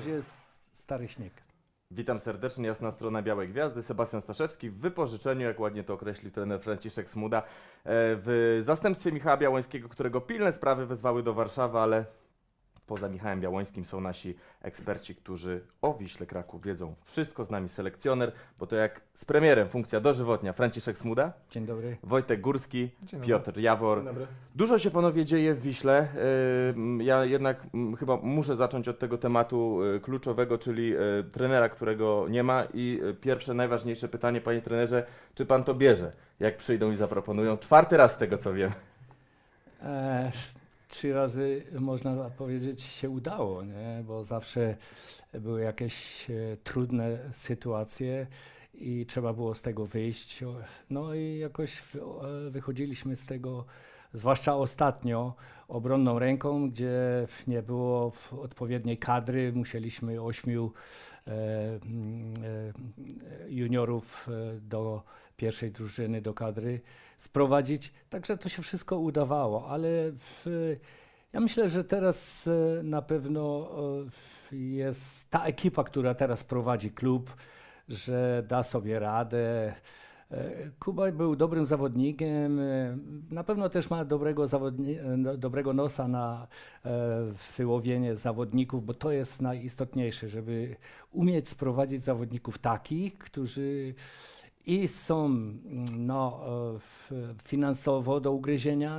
już jest stary śnieg. Witam serdecznie, jasna strona Białej Gwiazdy, Sebastian Staszewski w wypożyczeniu, jak ładnie to określił trener Franciszek Smuda, w zastępstwie Michała Białońskiego, którego pilne sprawy wezwały do Warszawy, ale poza Michałem Białońskim są nasi eksperci, którzy o Wiśle Kraków wiedzą wszystko. Z nami selekcjoner, bo to jak z premierem funkcja dożywotnia, Franciszek Smuda. Dzień dobry. Wojtek Górski, Dzień dobry. Piotr Jawor. Dzień dobry. Dużo się panowie dzieje w Wiśle. Ja jednak chyba muszę zacząć od tego tematu kluczowego, czyli trenera, którego nie ma. I pierwsze, najważniejsze pytanie, panie trenerze, czy pan to bierze, jak przyjdą i zaproponują? Czwarty raz z tego, co wiem. 3 razy, można powiedzieć, się udało, nie? Bo zawsze były jakieś trudne sytuacje i trzeba było z tego wyjść. No i jakoś wychodziliśmy z tego, zwłaszcza ostatnio, obronną ręką, gdzie nie było odpowiedniej kadry. Musieliśmy 8 juniorów do pierwszej drużyny, do kadry wprowadzić, także to się wszystko udawało, ale ja myślę, że teraz na pewno jest ta ekipa, która teraz prowadzi klub, że da sobie radę. Kuba był dobrym zawodnikiem, na pewno też ma dobrego nosa na wyłowienie zawodników, bo to jest najistotniejsze, żeby umieć sprowadzić zawodników takich, którzy i są finansowo do ugryzienia,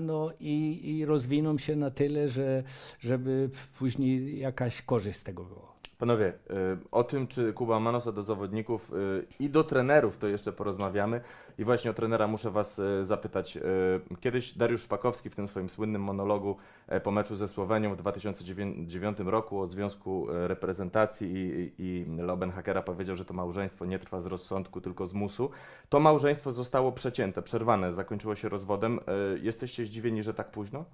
i rozwiną się na tyle, żeby później jakaś korzyść z tego była. Panowie, o tym, czy Kuba ma nosa do zawodników i do trenerów, to jeszcze porozmawiamy. I właśnie o trenera muszę was zapytać. Kiedyś Dariusz Szpakowski w tym swoim słynnym monologu po meczu ze Słowenią w 2009 roku o związku reprezentacji i Laubenhackera powiedział, że to małżeństwo nie trwa z rozsądku, tylko z musu. To małżeństwo zostało przecięte, przerwane, zakończyło się rozwodem. Jesteście zdziwieni, że tak późno?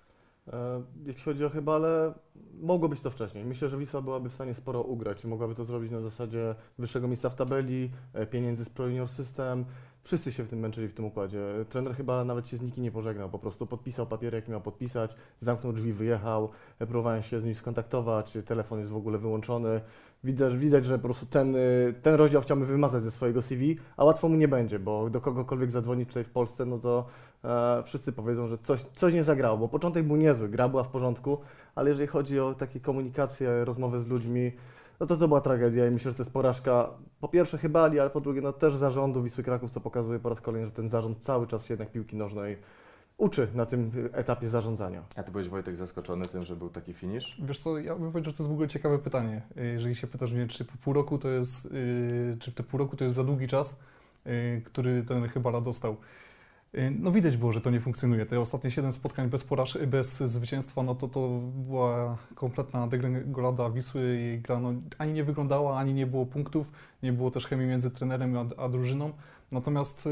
Jeśli chodzi o chyba, ale mogło być to wcześniej. Myślę, że Wisła byłaby w stanie sporo ugrać i mogłaby to zrobić na zasadzie wyższego miejsca w tabeli, pieniędzy z Pro Junior System. Wszyscy się w tym męczyli w tym układzie. Trener chyba nawet się z nikim nie pożegnał, po prostu podpisał papiery, jaki miał podpisać, zamknął drzwi, wyjechał, próbowałem się z nim skontaktować, telefon jest w ogóle wyłączony. Widać, że po prostu ten rozdział chciałby wymazać ze swojego CV, a łatwo mu nie będzie, bo do kogokolwiek zadzwoni tutaj w Polsce, no to wszyscy powiedzą, że coś nie zagrało, bo początek był niezły, gra była w porządku, ale jeżeli chodzi o takie komunikacje, rozmowy z ludźmi, no to była tragedia i myślę, że to jest porażka po pierwsze Chybali, ale po drugie no też zarządu Wisły Kraków, co pokazuje po raz kolejny, że ten zarząd cały czas się jednak piłki nożnej uczy na tym etapie zarządzania. A ty byłeś, Wojtek, zaskoczony tym, że był taki finisz? Wiesz co, ja bym powiedział, że to jest w ogóle ciekawe pytanie. Jeżeli się pytasz mnie, czy po pół roku to jest, czy te pół roku to jest za długi czas, który ten Chybala dostał. No widać było, że to nie funkcjonuje. Te ostatnie 7 spotkań bez zwycięstwa, no to była kompletna degrengolada Wisły. Jej gra ani nie wyglądała, ani nie było punktów, nie było też chemii między trenerem a drużyną. Natomiast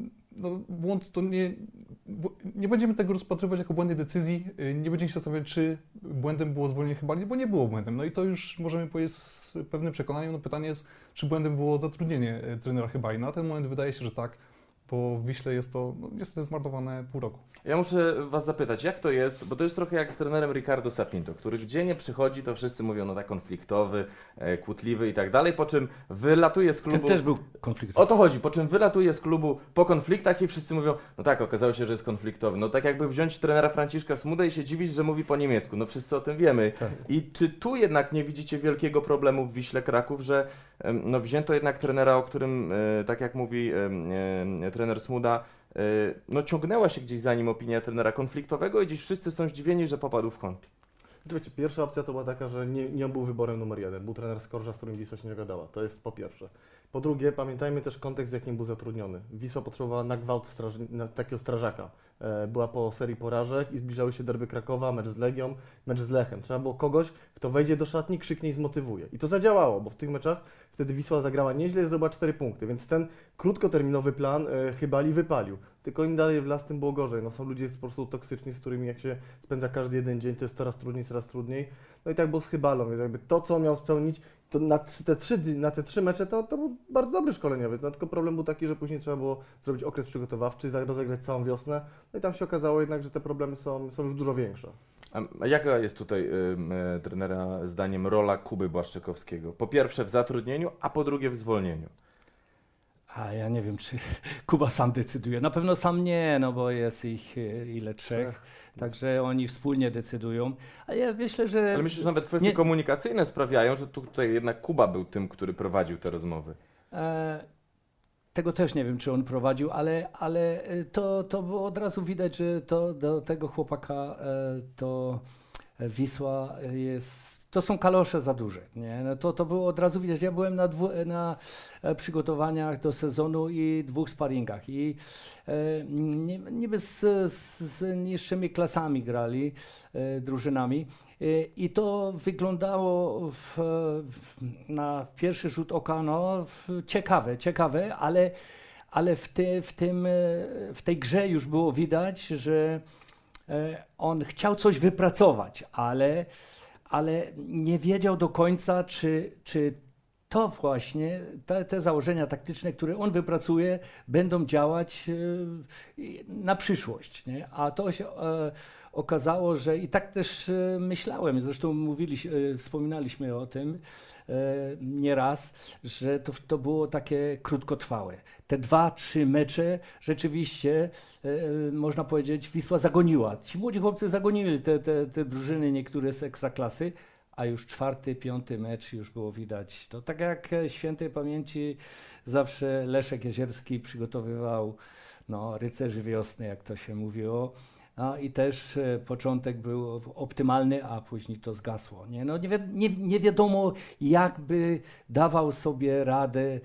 błąd to nie będziemy tego rozpatrywać jako błędy decyzji, nie będziemy się zastanawiać, czy błędem było zwolnienie Chybali, bo nie było błędem. No i to już możemy powiedzieć z pewnym przekonaniem. No pytanie jest, czy błędem było zatrudnienie trenera Chybali. Na ten moment wydaje się, że tak, bo w Wiśle jest to niestety zmarnowane pół roku. Ja muszę was zapytać, jak to jest, bo to jest trochę jak z trenerem Ricardo Sapinto, który gdzie nie przychodzi, to wszyscy mówią, no tak konfliktowy, kłótliwy i tak dalej, po czym wylatuje z klubu... Ten też był konfliktowy. O to chodzi, po czym wylatuje z klubu po konfliktach i wszyscy mówią, no tak, okazało się, że jest konfliktowy. No tak jakby wziąć trenera Franciszka Smudę i się dziwić, że mówi po niemiecku, no wszyscy o tym wiemy. Tak. I czy tu jednak nie widzicie wielkiego problemu w Wiśle Kraków, że no wzięto jednak trenera, o którym, tak jak mówi trener Smuda, no ciągnęła się gdzieś za nim opinia trenera konfliktowego i dziś wszyscy są zdziwieni, że popadł w konflikt. Wiecie, pierwsza opcja to była taka, że nie on był wyborem numer 1. Był trener Skorża, z którym Wisła się nie gadała. To jest po pierwsze. Po drugie, pamiętajmy też kontekst, w jakim był zatrudniony. Wisła potrzebowała na gwałt takiego strażaka. Była po serii porażek i zbliżały się derby Krakowa, mecz z Legią, mecz z Lechem. Trzeba było kogoś, kto wejdzie do szatni, krzyknie i zmotywuje. I to zadziałało, bo w tych meczach wtedy Wisła zagrała nieźle i zdobyła 4 punkty, więc ten krótkoterminowy plan Chybali wypalił. Tylko im dalej w las, tym było gorzej. No, są ludzie po prostu toksyczni, z którymi jak się spędza każdy jeden dzień, to jest coraz trudniej. No i tak było z Chybalą, więc jakby to, co on miał spełnić, to na te trzy mecze to był bardzo dobry szkoleniowiec. No, tylko problem był taki, że później trzeba było zrobić okres przygotowawczy, rozegrać całą wiosnę. No i tam się okazało jednak, że te problemy są już dużo większe. A jaka jest tutaj trenera zdaniem rola Kuby Błaszczykowskiego? Po pierwsze w zatrudnieniu, a po drugie w zwolnieniu. A ja nie wiem, czy Kuba sam decyduje. Na pewno sam nie, no bo jest ich ile? Trzech. Także oni wspólnie decydują. A ja myślę, że... Ale myślę, że nawet kwestie nie- komunikacyjne sprawiają, że tutaj jednak Kuba był tym, który prowadził te rozmowy. Tego też nie wiem, czy on prowadził, ale to było od razu widać, że to do tego chłopaka to Wisła jest... To są kalosze za duże, nie? No to było od razu widać. Ja byłem na przygotowaniach do sezonu i 2 sparingach i niby z niższymi klasami grali, drużynami. I to wyglądało na pierwszy rzut oka ciekawe, ale w tej grze już było widać, że on chciał coś wypracować, ale nie wiedział do końca, czy to właśnie, te założenia taktyczne, które on wypracuje, będą działać na przyszłość. Nie? A to się okazało, że i tak też myślałem, zresztą wspominaliśmy o tym nieraz, że to było takie krótkotrwałe. Te 2-3 mecze rzeczywiście, można powiedzieć, Wisła zagoniła. Ci młodzi chłopcy zagonili te drużyny niektóre z Ekstraklasy, a już 4., 5. mecz już było widać. To tak jak świętej pamięci zawsze Leszek Jezierski przygotowywał rycerzy wiosny, jak to się mówiło. I też początek był optymalny, a później to zgasło. Nie? No nie wiadomo, jakby dawał sobie radę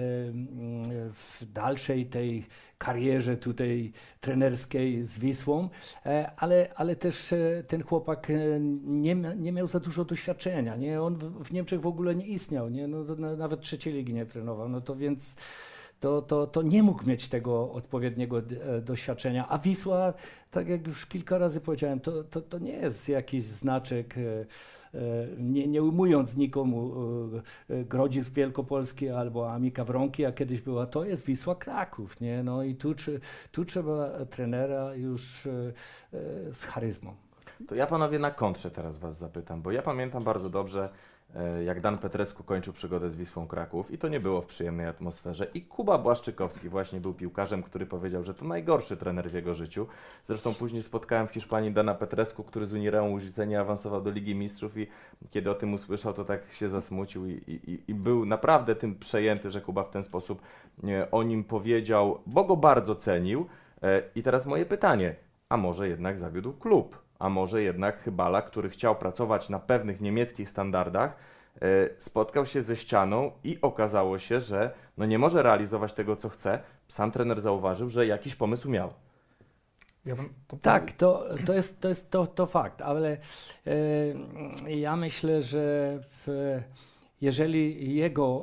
w dalszej tej karierze tutaj trenerskiej z Wisłą, ale też ten chłopak nie miał za dużo doświadczenia. Nie? On w Niemczech w ogóle nie istniał, nie? No, nawet trzeciej ligi nie trenował. No to więc to nie mógł mieć tego odpowiedniego doświadczenia. A Wisła, tak jak już kilka razy powiedziałem, to nie jest jakiś znaczek, nie ujmując nikomu Grodzisk Wielkopolski albo Amika Wronki, jak kiedyś była, to jest Wisła Kraków. Nie? No i tu trzeba trenera już z charyzmą. To ja panowie na kontrze teraz was zapytam, bo ja pamiętam bardzo dobrze, jak Dan Petrescu kończył przygodę z Wisłą Kraków i to nie było w przyjemnej atmosferze. I Kuba Błaszczykowski właśnie był piłkarzem, który powiedział, że to najgorszy trener w jego życiu. Zresztą później spotkałem w Hiszpanii Dana Petrescu, który z Unireą Łużycenie awansował do Ligi Mistrzów i kiedy o tym usłyszał, to tak się zasmucił i był naprawdę tym przejęty, że Kuba w ten sposób o nim powiedział, bo go bardzo cenił. I teraz moje pytanie, a może jednak zawiódł klub? A może jednak Chybala, który chciał pracować na pewnych niemieckich standardach, spotkał się ze ścianą i okazało się, że nie może realizować tego, co chce. Sam trener zauważył, że jakiś pomysł miał. Tak, to jest fakt, ale ja myślę, że jeżeli jego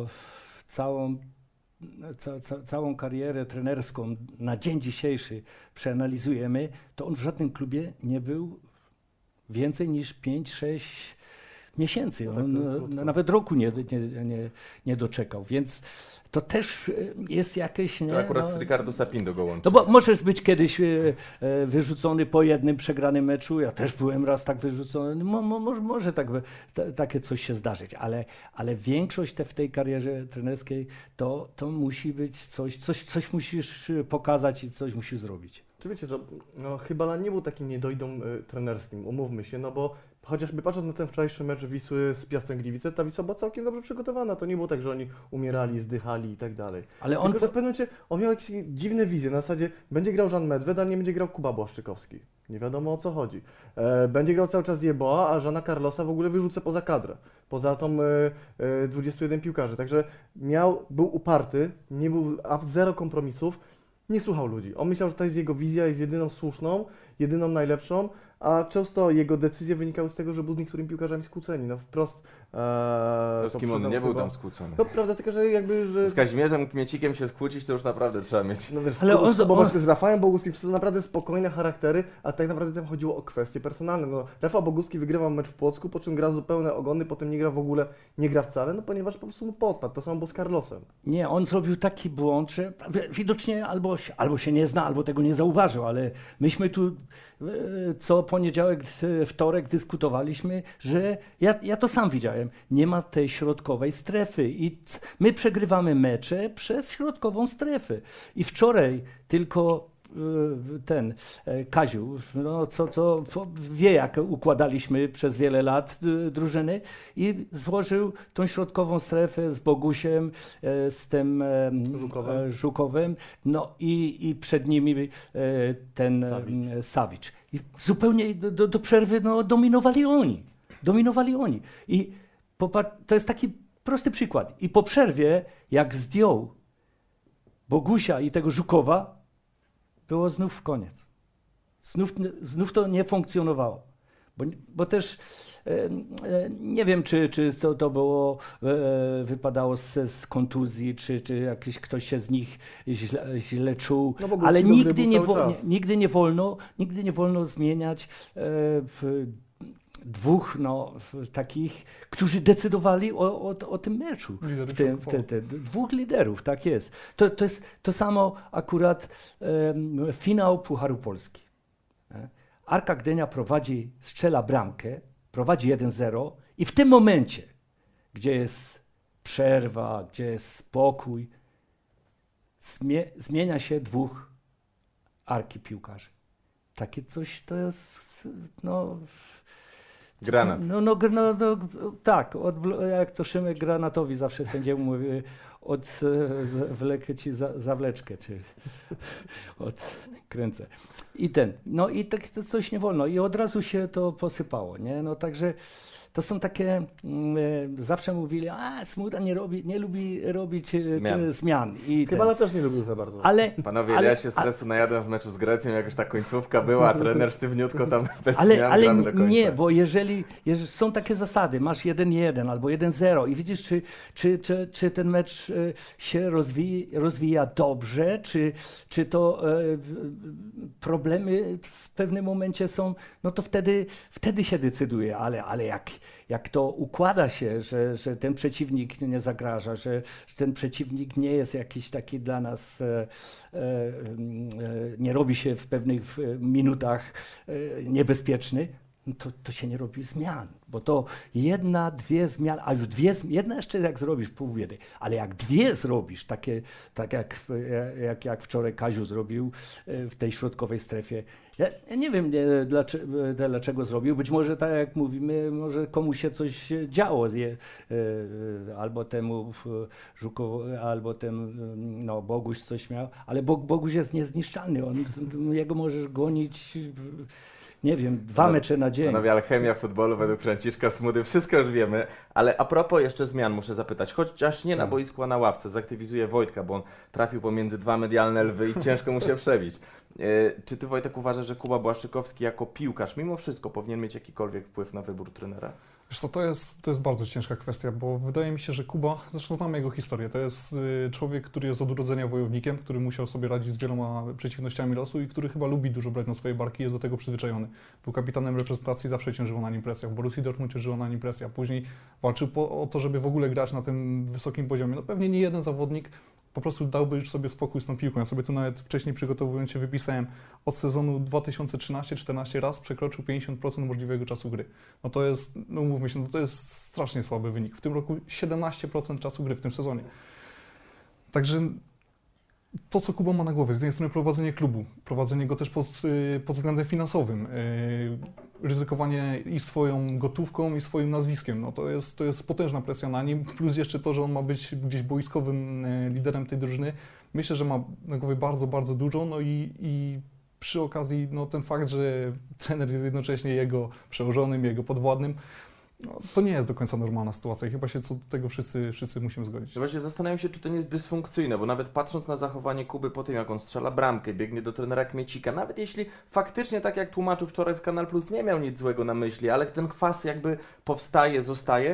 całą karierę trenerską na dzień dzisiejszy przeanalizujemy, to on w żadnym klubie nie był więcej niż 5-6 miesięcy. On nawet roku nie doczekał, więc to też jest jakieś... To akurat z Ricardo Sapindo go łączy. No bo możesz być kiedyś wyrzucony po jednym przegranym meczu, ja też byłem raz tak wyrzucony, może takie coś się zdarzyć, ale większość w tej karierze trenerskiej to musi być coś musisz pokazać i coś musisz zrobić. Czy wiecie co, Chybala nie był takim niedojdą trenerskim, umówmy się, no bo chociażby patrząc na ten wczorajszy mecz Wisły z Piastem Gliwice, ta Wisła była całkiem dobrze przygotowana. To nie było tak, że oni umierali, zdychali i tak dalej. Ale Tylko, że w pewnym momencie on miał jakieś dziwne wizje. Na zasadzie będzie grał Jean Medved, ale nie będzie grał Kuba Błaszczykowski. Nie wiadomo o co chodzi. Będzie grał cały czas Jeboa, a Jeana Carlosa w ogóle wyrzucę poza kadrę. Poza tą 21 piłkarzy. Także był uparty, nie był zero kompromisów. Nie słuchał ludzi. On myślał, że to jest jego wizja, jest jedyną słuszną, jedyną najlepszą, a często jego decyzje wynikały z tego, że był z niektórymi piłkarzami skłóceni. No wprost. Z kim on nie był tam skłócony? No prawda jest taka, że jakby... Że... Z Kazimierzem Kmiecikiem się skłócić, to już naprawdę trzeba mieć. No wiesz, ale z Rafałem Boguskim to są naprawdę spokojne charaktery, a tak naprawdę tam chodziło o kwestie personalne. No, Rafał Boguski wygrywał mecz w Płocku, po czym gra zupełne ogony, potem nie gra w ogóle, nie gra wcale, no ponieważ po prostu mu podpadł. To samo było z Carlosem. Nie, on zrobił taki błąd, że widocznie albo się nie zna, albo tego nie zauważył, ale myśmy tu co poniedziałek, wtorek dyskutowaliśmy, że ja to sam widziałem, nie ma tej środkowej strefy i my przegrywamy mecze przez środkową strefę. I wczoraj tylko Kaziu, no co wie, jak układaliśmy przez wiele lat drużyny i złożył tą środkową strefę z Bogusiem, z tym Żukowem, no i przed nimi ten Savic. I zupełnie do przerwy no, dominowali oni. I to jest taki prosty przykład. I po przerwie, jak zdjął Bogusia i tego Żukowa, było znów koniec. Znów to nie funkcjonowało. Bo też nie wiem, czy to było, wypadało z kontuzji, czy jakiś ktoś się z nich źle czuł, No bo ale nigdy nie wolno zmieniać dwóch takich, którzy decydowali o tym meczu. Dwóch liderów, tak jest. To jest to samo akurat finał Pucharu Polski. Arka Gdynia strzela bramkę, prowadzi 1-0 i w tym momencie, gdzie jest przerwa, gdzie jest spokój, zmienia się dwóch arki piłkarzy. Takie coś to jest, Granat. Tak, jak to Szymek Granatowi zawsze sędziemu mówi, wlekę ci zawleczkę, czy odkręcę. I tak to coś nie wolno. I od razu się to posypało, nie? No także to są takie, zawsze mówili, Smuda nie lubi robić zmian. Chyba też nie lubił za bardzo. Panowie, ja się stresu najadłem w meczu z Grecją, jak już ta końcówka była, a trener sztywniutko tam bez zmian gramy do końca. Nie, bo jeżeli są takie zasady, masz 1-1 albo 1-0 i widzisz, czy ten mecz się rozwija dobrze, czy to problemy w pewnym momencie są, no to wtedy się decyduje, ale jak to układa się, że ten przeciwnik nie zagraża, że ten przeciwnik nie jest jakiś taki dla nas, nie robi się w pewnych minutach niebezpieczny, no to się nie robi zmian, bo to jedna, dwie zmiany, a już jedna jeszcze jak zrobisz pół biedy, ale jak dwie zrobisz, tak jak wczoraj Kaziu zrobił w tej środkowej strefie, ja nie wiem dlaczego zrobił, być może tak jak mówimy, może komuś się coś działo, albo temu Żukowi, albo Boguś coś miał, ale Boguś jest niezniszczalny, jego możesz gonić, nie wiem, 2 mecze na dzień. Panowie, alchemia futbolu według Franciszka Smudy, wszystko już wiemy, ale a propos jeszcze zmian muszę zapytać, chociaż nie na boisku, a na ławce, zaktywizuje Wojtka, bo on trafił pomiędzy 2 medialne lwy i ciężko mu się przebić. Czy ty, Wojtek, uważasz, że Kuba Błaszczykowski jako piłkarz mimo wszystko powinien mieć jakikolwiek wpływ na wybór trenera? Wiesz co, to jest bardzo ciężka kwestia, bo wydaje mi się, że Kuba, zresztą znamy jego historię, to jest człowiek, który jest od urodzenia wojownikiem, który musiał sobie radzić z wieloma przeciwnościami losu i który chyba lubi dużo brać na swoje barki i jest do tego przyzwyczajony. Był kapitanem reprezentacji, zawsze ciężyło na nim presja, w Borussii Dortmund ciężyło na nim presja, później walczył o to, żeby w ogóle grać na tym wysokim poziomie. No pewnie nie jeden zawodnik po prostu dałby już sobie spokój z tą piłką. Ja sobie tu nawet wcześniej przygotowując się wypisałem, od sezonu 2013-14 raz przekroczył 50% możliwego czasu gry. No to jest, no umówmy się, no to jest strasznie słaby wynik. W tym roku 17% czasu gry w tym sezonie. Także to, co Kuba ma na głowie, z jednej strony prowadzenie klubu, prowadzenie go też pod względem finansowym, ryzykowanie i swoją gotówką, i swoim nazwiskiem, no to jest potężna presja na nim, plus jeszcze to, że on ma być gdzieś boiskowym liderem tej drużyny. Myślę, że ma na głowie bardzo, bardzo dużo, no i przy okazji no, ten fakt, że trener jest jednocześnie jego przełożonym, jego podwładnym, no, to nie jest do końca normalna sytuacja i chyba się co do tego wszyscy musimy zgodzić. Właśnie zastanawiam się, czy to nie jest dysfunkcyjne, bo nawet patrząc na zachowanie Kuby po tym, jak on strzela bramkę, biegnie do trenera Kmiecika, nawet jeśli faktycznie, tak jak tłumaczył wczoraj w Kanal Plus, nie miał nic złego na myśli, ale ten kwas jakby powstaje, zostaje,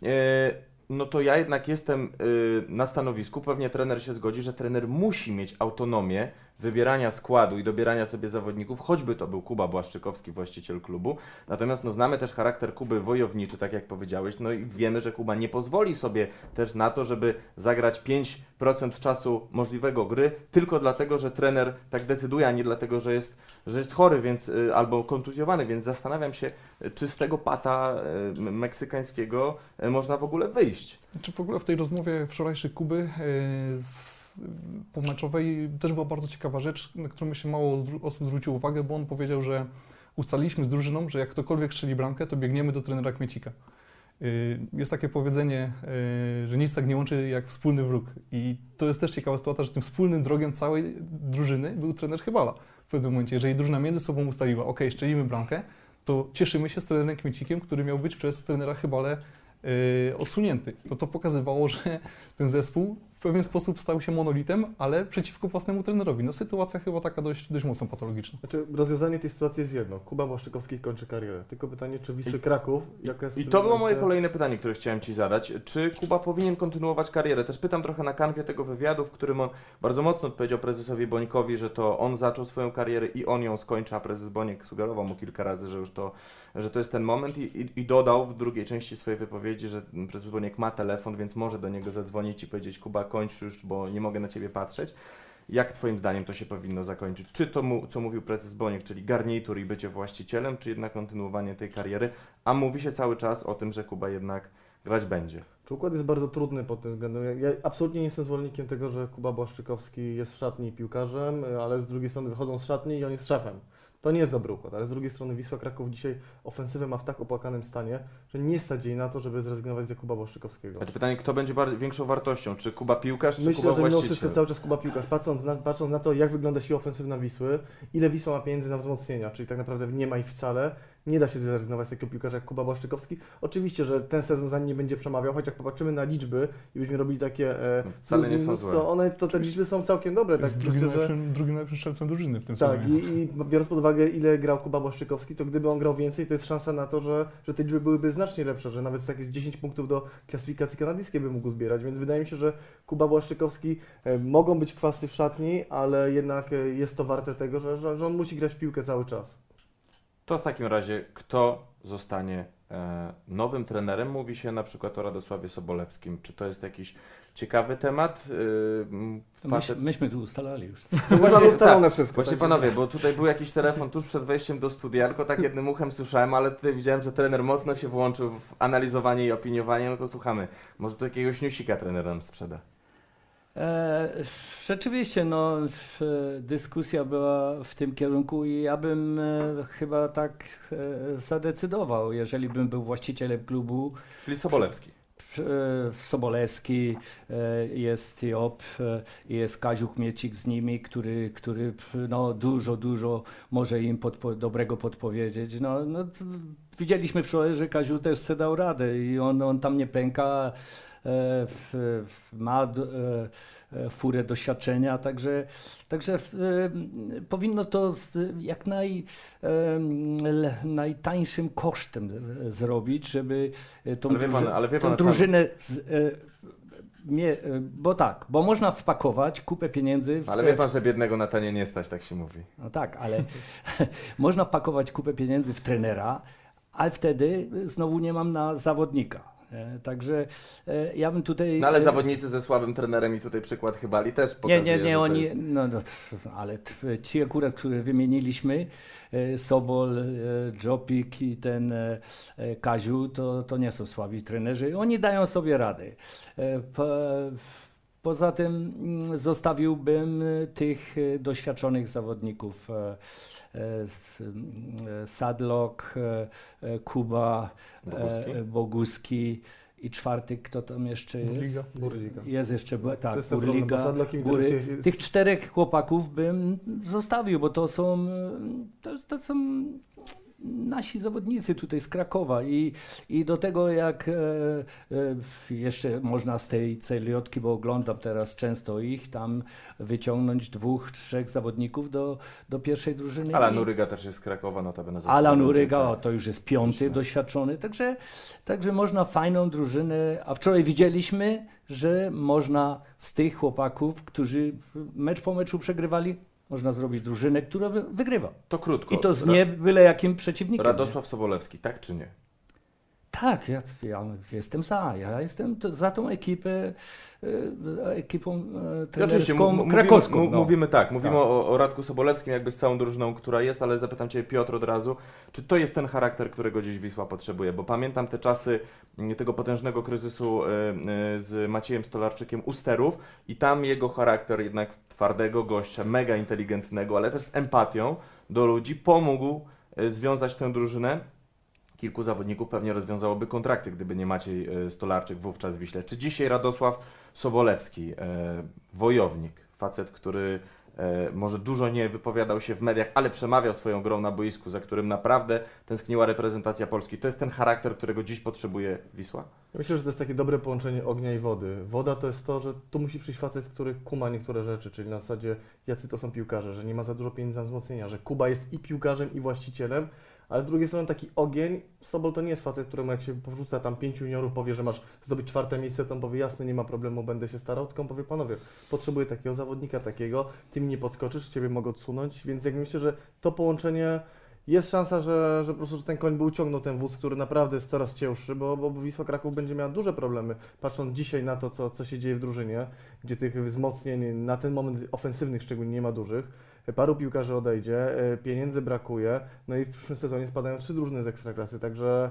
no to ja jednak jestem na stanowisku, pewnie trener się zgodzi, że trener musi mieć autonomię wybierania składu i dobierania sobie zawodników, choćby to był Kuba Błaszczykowski, właściciel klubu. Natomiast no, znamy też charakter Kuby wojowniczy, tak jak powiedziałeś, no i wiemy, że Kuba nie pozwoli sobie też na to, żeby zagrać 5% czasu możliwego gry tylko dlatego, że trener tak decyduje, a nie dlatego, że jest chory, więc albo kontuzjowany, więc zastanawiam się, czy z tego pata meksykańskiego można w ogóle wyjść. Czy w ogóle w tej rozmowie wczorajszej Kuby pomeczowej też była bardzo ciekawa rzecz, na którą się mało osób zwróciło uwagę, bo on powiedział, że ustaliliśmy z drużyną, że jak ktokolwiek strzeli bramkę, to biegniemy do trenera Kmiecika. Jest takie powiedzenie, że nic tak nie łączy jak wspólny wróg. I to jest też ciekawa sytuacja, że tym wspólnym drogiem całej drużyny był trener Chybala. W pewnym momencie, jeżeli drużyna między sobą ustaliła, ok, strzelimy bramkę, to cieszymy się z trenerem Kmiecikiem, który miał być przez trenera Chybalę odsunięty. To pokazywało, że ten zespół w pewien sposób stał się monolitem, ale przeciwko własnemu trenerowi. No sytuacja chyba taka dość mocno patologiczna. Znaczy, rozwiązanie tej sytuacji jest jedno. Kuba Błaszczykowski kończy karierę. Tylko pytanie, czy Wisły Kraków... jaka jest w I tym to było moje momencie- kolejne pytanie, które chciałem Ci zadać. Czy Kuba powinien kontynuować karierę? Też pytam trochę na kanwie tego wywiadu, w którym on bardzo mocno odpowiedział prezesowi Bońkowi, że to on zaczął swoją karierę i on ją skończy, a prezes Boniek sugerował mu kilka razy, że już że to jest ten moment i dodał w drugiej części swojej wypowiedzi, że prezes Boniek ma telefon, więc może do niego zadzwonić i powiedzieć: Kuba, kończ już, bo nie mogę na Ciebie patrzeć. Jak Twoim zdaniem to się powinno zakończyć? Czy to, co mówił prezes Boniek, czyli garnitur i bycie właścicielem, czy jednak kontynuowanie tej kariery? A mówi się cały czas o tym, że Kuba jednak grać będzie. Czy układ jest bardzo trudny pod tym względem? Ja absolutnie nie jestem zwolennikiem tego, że Kuba Błaszczykowski jest w szatni piłkarzem, ale z drugiej strony wychodzą z szatni i on jest szefem. To nie jest dobry układ, ale z drugiej strony Wisła Kraków dzisiaj ofensywę ma w tak opłakanym stanie, że nie stać jej na to, żeby zrezygnować z Jakuba Błaszczykowskiego. Znaczy pytanie, kto będzie większą wartością? Czy Kuba piłkarz, czy Myślę, Kuba że mimo właściciel? wszystko cały czas Kuba piłkarz, patrząc na to, jak wygląda siła ofensywna Wisły, ile Wisła ma pieniędzy na wzmocnienia, czyli tak naprawdę nie ma ich wcale, nie da się zrezygnować z takiego piłkarza jak Kuba Błaszczykowski. Oczywiście, że ten sezon za nim nie będzie przemawiał, choć jak popatrzymy na liczby i byśmy robili takie wcale plus nie są minus, złe. to te liczby są całkiem dobre. Jest Tak, drugim myślę, że- najlepszym strzelcem drużyny w tym tak, sezonie. i biorąc pod uwagę, ile grał Kuba Błaszczykowski, to gdyby on grał więcej, to jest szansa na to, że te liczby byłyby znacznie lepsze, że nawet tak z 10 punktów do klasyfikacji kanadyjskiej by mógł zbierać, więc wydaje mi się, że Kuba Błaszczykowski mogą być kwasy w szatni, ale jednak jest to warte tego, że on musi grać w piłkę cały czas. To w takim razie, kto zostanie nowym trenerem? Mówi się na przykład o Radosławie Sobolewskim. Czy to jest jakiś ciekawy temat? Myśmy tu ustalali już. To mamy ustalone wszystko. Właśnie także- panowie, bo tutaj był jakiś telefon tuż przed wejściem do studia, tylko tak jednym uchem słyszałem, ale tutaj widziałem, że trener mocno się włączył w analizowanie i opiniowanie, no to słuchamy. Może to jakiegoś newsika trener nam sprzeda. Rzeczywiście, dyskusja była w tym kierunku i ja bym chyba tak zadecydował, jeżeli bym był właścicielem klubu. Czyli Sobolewski. Sobolewski, jest Job, jest Kaziu Chmiecik z nimi, który dużo może im dobrego podpowiedzieć. Widzieliśmy wczoraj, że Kaziu też sobie dał radę i on tam nie pęka, ma furę doświadczenia, także powinno to jak najtańszym kosztem zrobić, żeby tą wie pan, drużynę bo można wpakować kupę pieniędzy Ale wie pan, że biednego na tanie nie stać, tak się mówi. No tak, ale można wpakować kupę pieniędzy w trenera, ale wtedy znowu nie mam na zawodnika. Także ja bym tutaj... No ale zawodnicy ze słabym trenerem i tutaj przykład Chybali też pokazuje, Nie, że oni... to jest... ale ci akurat, których wymieniliśmy, Sobol, Dżopik i ten Kaziu, to nie są słabi trenerzy. Oni dają sobie radę. Poza tym zostawiłbym tych doświadczonych zawodników. Sadlock, Kuba, Boguski i czwarty, kto tam jeszcze jest? Burliga. Jest jeszcze, tak, To jest ten problem, bo Burliga. Sadlock im interesuje się- Tych czterech chłopaków bym zostawił, bo to są nasi zawodnicy tutaj z Krakowa i do tego jak jeszcze można z tej CLJ-ki, bo oglądam teraz często ich, tam wyciągnąć 2-3 zawodników do pierwszej drużyny. Alan Uryga też jest z Krakowa, notabene. Alan Uryga, to już jest piąty doświadczony, także można fajną drużynę, a wczoraj widzieliśmy, że można z tych chłopaków, którzy mecz po meczu przegrywali, można zrobić drużynę, która wygrywa. To krótko. I to z nie byle jakim przeciwnikiem. Radosław Sobolewski, tak czy nie? Tak, ja jestem za. Ja jestem za tą ekipą trenerską krakowską. Mówimy o Radku Sobolewskim jakby z całą drużyną, która jest, ale zapytam Cię, Piotr, od razu, czy to jest ten charakter, którego dziś Wisła potrzebuje? Bo pamiętam te czasy tego potężnego kryzysu z Maciejem Stolarczykiem u sterów i tam jego charakter jednak twardego gościa, mega inteligentnego, ale też z empatią do ludzi pomógł związać tę drużynę. Kilku zawodników pewnie rozwiązałoby kontrakty, gdyby nie Maciej Stolarczyk wówczas w Wiśle. Czy dzisiaj Radosław Sobolewski, wojownik, facet, który może dużo nie wypowiadał się w mediach, ale przemawiał swoją grą na boisku, za którym naprawdę tęskniła reprezentacja Polski, to jest ten charakter, którego dziś potrzebuje Wisła? Ja myślę, że to jest takie dobre połączenie ognia i wody. Woda to jest to, że tu musi przyjść facet, który kuma niektóre rzeczy, czyli na zasadzie jacy to są piłkarze, że nie ma za dużo pieniędzy na wzmocnienia, że Kuba jest i piłkarzem, i właścicielem, ale z drugiej strony taki ogień, Sobol to nie jest facet, któremu jak się powrzuca tam 5 juniorów, powie, że masz zdobyć 4. miejsce, to on powie jasne, nie ma problemu, będę się starał, tylko on powie, panowie, potrzebuję takiego zawodnika, takiego, ty mi nie podskoczysz, ciebie mogę odsunąć, więc jak myślę, że to połączenie, jest szansa, że po prostu że ten koń by uciągnął ten wóz, który naprawdę jest coraz cięższy, bo Wisła Kraków będzie miała duże problemy, patrząc dzisiaj na to, co się dzieje w drużynie, gdzie tych wzmocnień na ten moment ofensywnych szczególnie nie ma dużych. Paru piłkarzy odejdzie, pieniędzy brakuje, no i w przyszłym sezonie spadają 3 drużyny z Ekstraklasy, także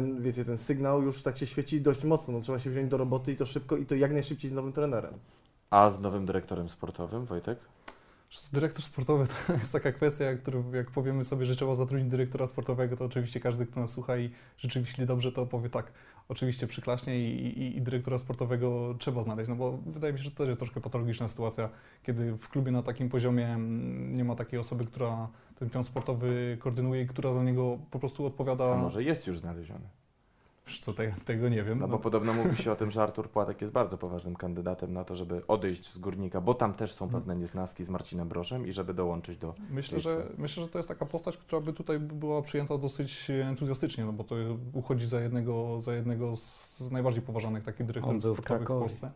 ten sygnał już tak się świeci dość mocno, no, trzeba się wziąć do roboty i to szybko i to jak najszybciej z nowym trenerem. A z nowym dyrektorem sportowym, Wojtek? Dyrektor sportowy to jest taka kwestia, jak powiemy sobie, że trzeba zatrudnić dyrektora sportowego, to oczywiście każdy, kto nas słucha i rzeczywiście dobrze, to powie tak, oczywiście przyklaśnie i dyrektora sportowego trzeba znaleźć, no bo wydaje mi się, że to też jest troszkę patologiczna sytuacja, kiedy w klubie na takim poziomie nie ma takiej osoby, która ten pion sportowy koordynuje i która za niego po prostu odpowiada. A może jest już znaleziony? Wiesz co, tego nie wiem. No bo podobno mówi się o tym, że Artur Płatek jest bardzo poważnym kandydatem na to, żeby odejść z Górnika, bo tam też są pewne niesnaski z Marcinem Broszem i żeby dołączyć do Myślę, że to jest taka postać, która by tutaj była przyjęta dosyć entuzjastycznie, no bo to uchodzi za jednego z najbardziej poważanych takich dyrektorów sportowych w Polsce.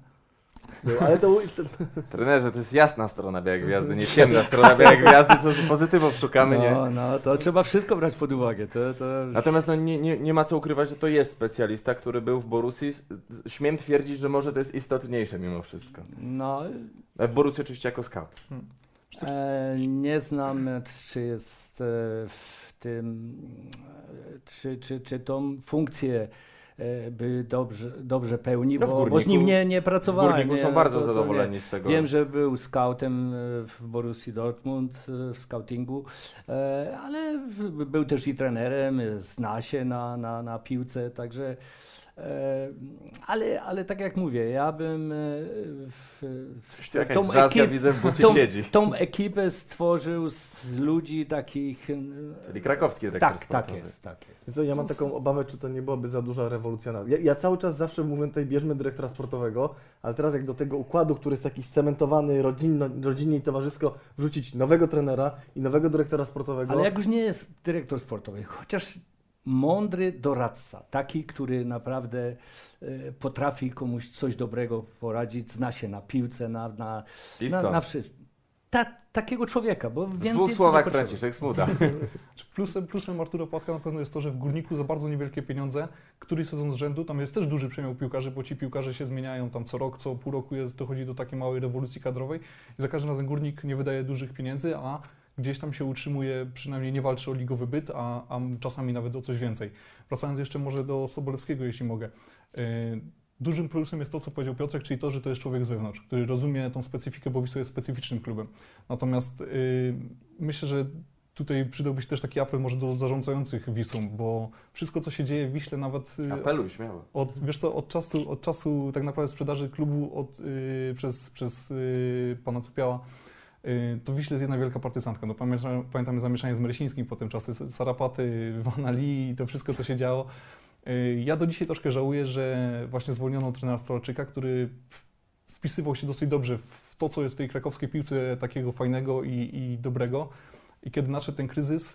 Ale Trenerze, to jest jasna strona Białej Gwiazdy, nie ciemna strona Białej Gwiazdy, co pozytywów szukamy, nie? No, to trzeba wszystko brać pod uwagę. Natomiast no, nie ma co ukrywać, że to jest specjalista, który był w Borussii. Śmiem twierdzić, że może to jest istotniejsze mimo wszystko. No, W Borussii oczywiście jako scout. nie znam, czy jest w tym, czy tą funkcję by dobrze pełni, No bo z nim nie W pracowałem. Górniku są bardzo zadowoleni z tego. Wiem, że był scoutem w Borussii Dortmund, w scoutingu, ale był też i trenerem, zna się na piłce, także ale tak jak mówię, ja bym Jakaś drzazga widzę w bucie siedzi. Tą ekipę stworzył z ludzi takich... Czyli krakowski dyrektor Tak sportowy. tak jest. Wiesz co, ja mam taką obawę, czy to nie byłaby za duża rewolucja. Ja cały czas zawsze mówię tutaj, bierzmy dyrektora sportowego, ale teraz jak do tego układu, który jest taki scementowany rodzinnie i towarzysko, wrzucić nowego trenera i nowego dyrektora sportowego. Ale jak już nie jest dyrektor sportowy, chociaż mądry doradca, taki, który naprawdę potrafi komuś coś dobrego poradzić, zna się na piłce, na wszystkim. Takiego człowieka, bo W 2 słowach nie Franciszek Smuda. Plusem Artura Płatka na pewno jest to, że w Górniku za bardzo niewielkie pieniądze, któryś sezon z rzędu, tam jest też duży przemiał piłkarzy, bo ci piłkarze się zmieniają tam co rok, co pół roku dochodzi do takiej małej rewolucji kadrowej i za każdym razem Górnik nie wydaje dużych pieniędzy, a gdzieś tam się utrzymuje, przynajmniej nie walczy o ligowy byt, a czasami nawet o coś więcej. Wracając jeszcze może do Sobolewskiego, jeśli mogę. Dużym plusem jest to, co powiedział Piotrek, czyli to, że to jest człowiek z wewnątrz, który rozumie tą specyfikę, bo Wisła jest specyficznym klubem. Natomiast myślę, że tutaj przydałby się też taki apel może do zarządzających Wisłą, bo wszystko, co się dzieje w Wiśle, nawet... Apeluj, śmiało. Wiesz co, od czasu tak naprawdę sprzedaży klubu przez pana Cupiała, to Wiśle jest jedna wielka partyzantka. No, pamiętamy zamieszanie z Mresińskim, potem czasy Sarapaty, Van Ali i to wszystko, co się działo. Ja do dzisiaj troszkę żałuję, że właśnie zwolniono trenera Stolarczyka, który wpisywał się dosyć dobrze w to, co jest w tej krakowskiej piłce takiego fajnego i dobrego. I kiedy nadszedł ten kryzys,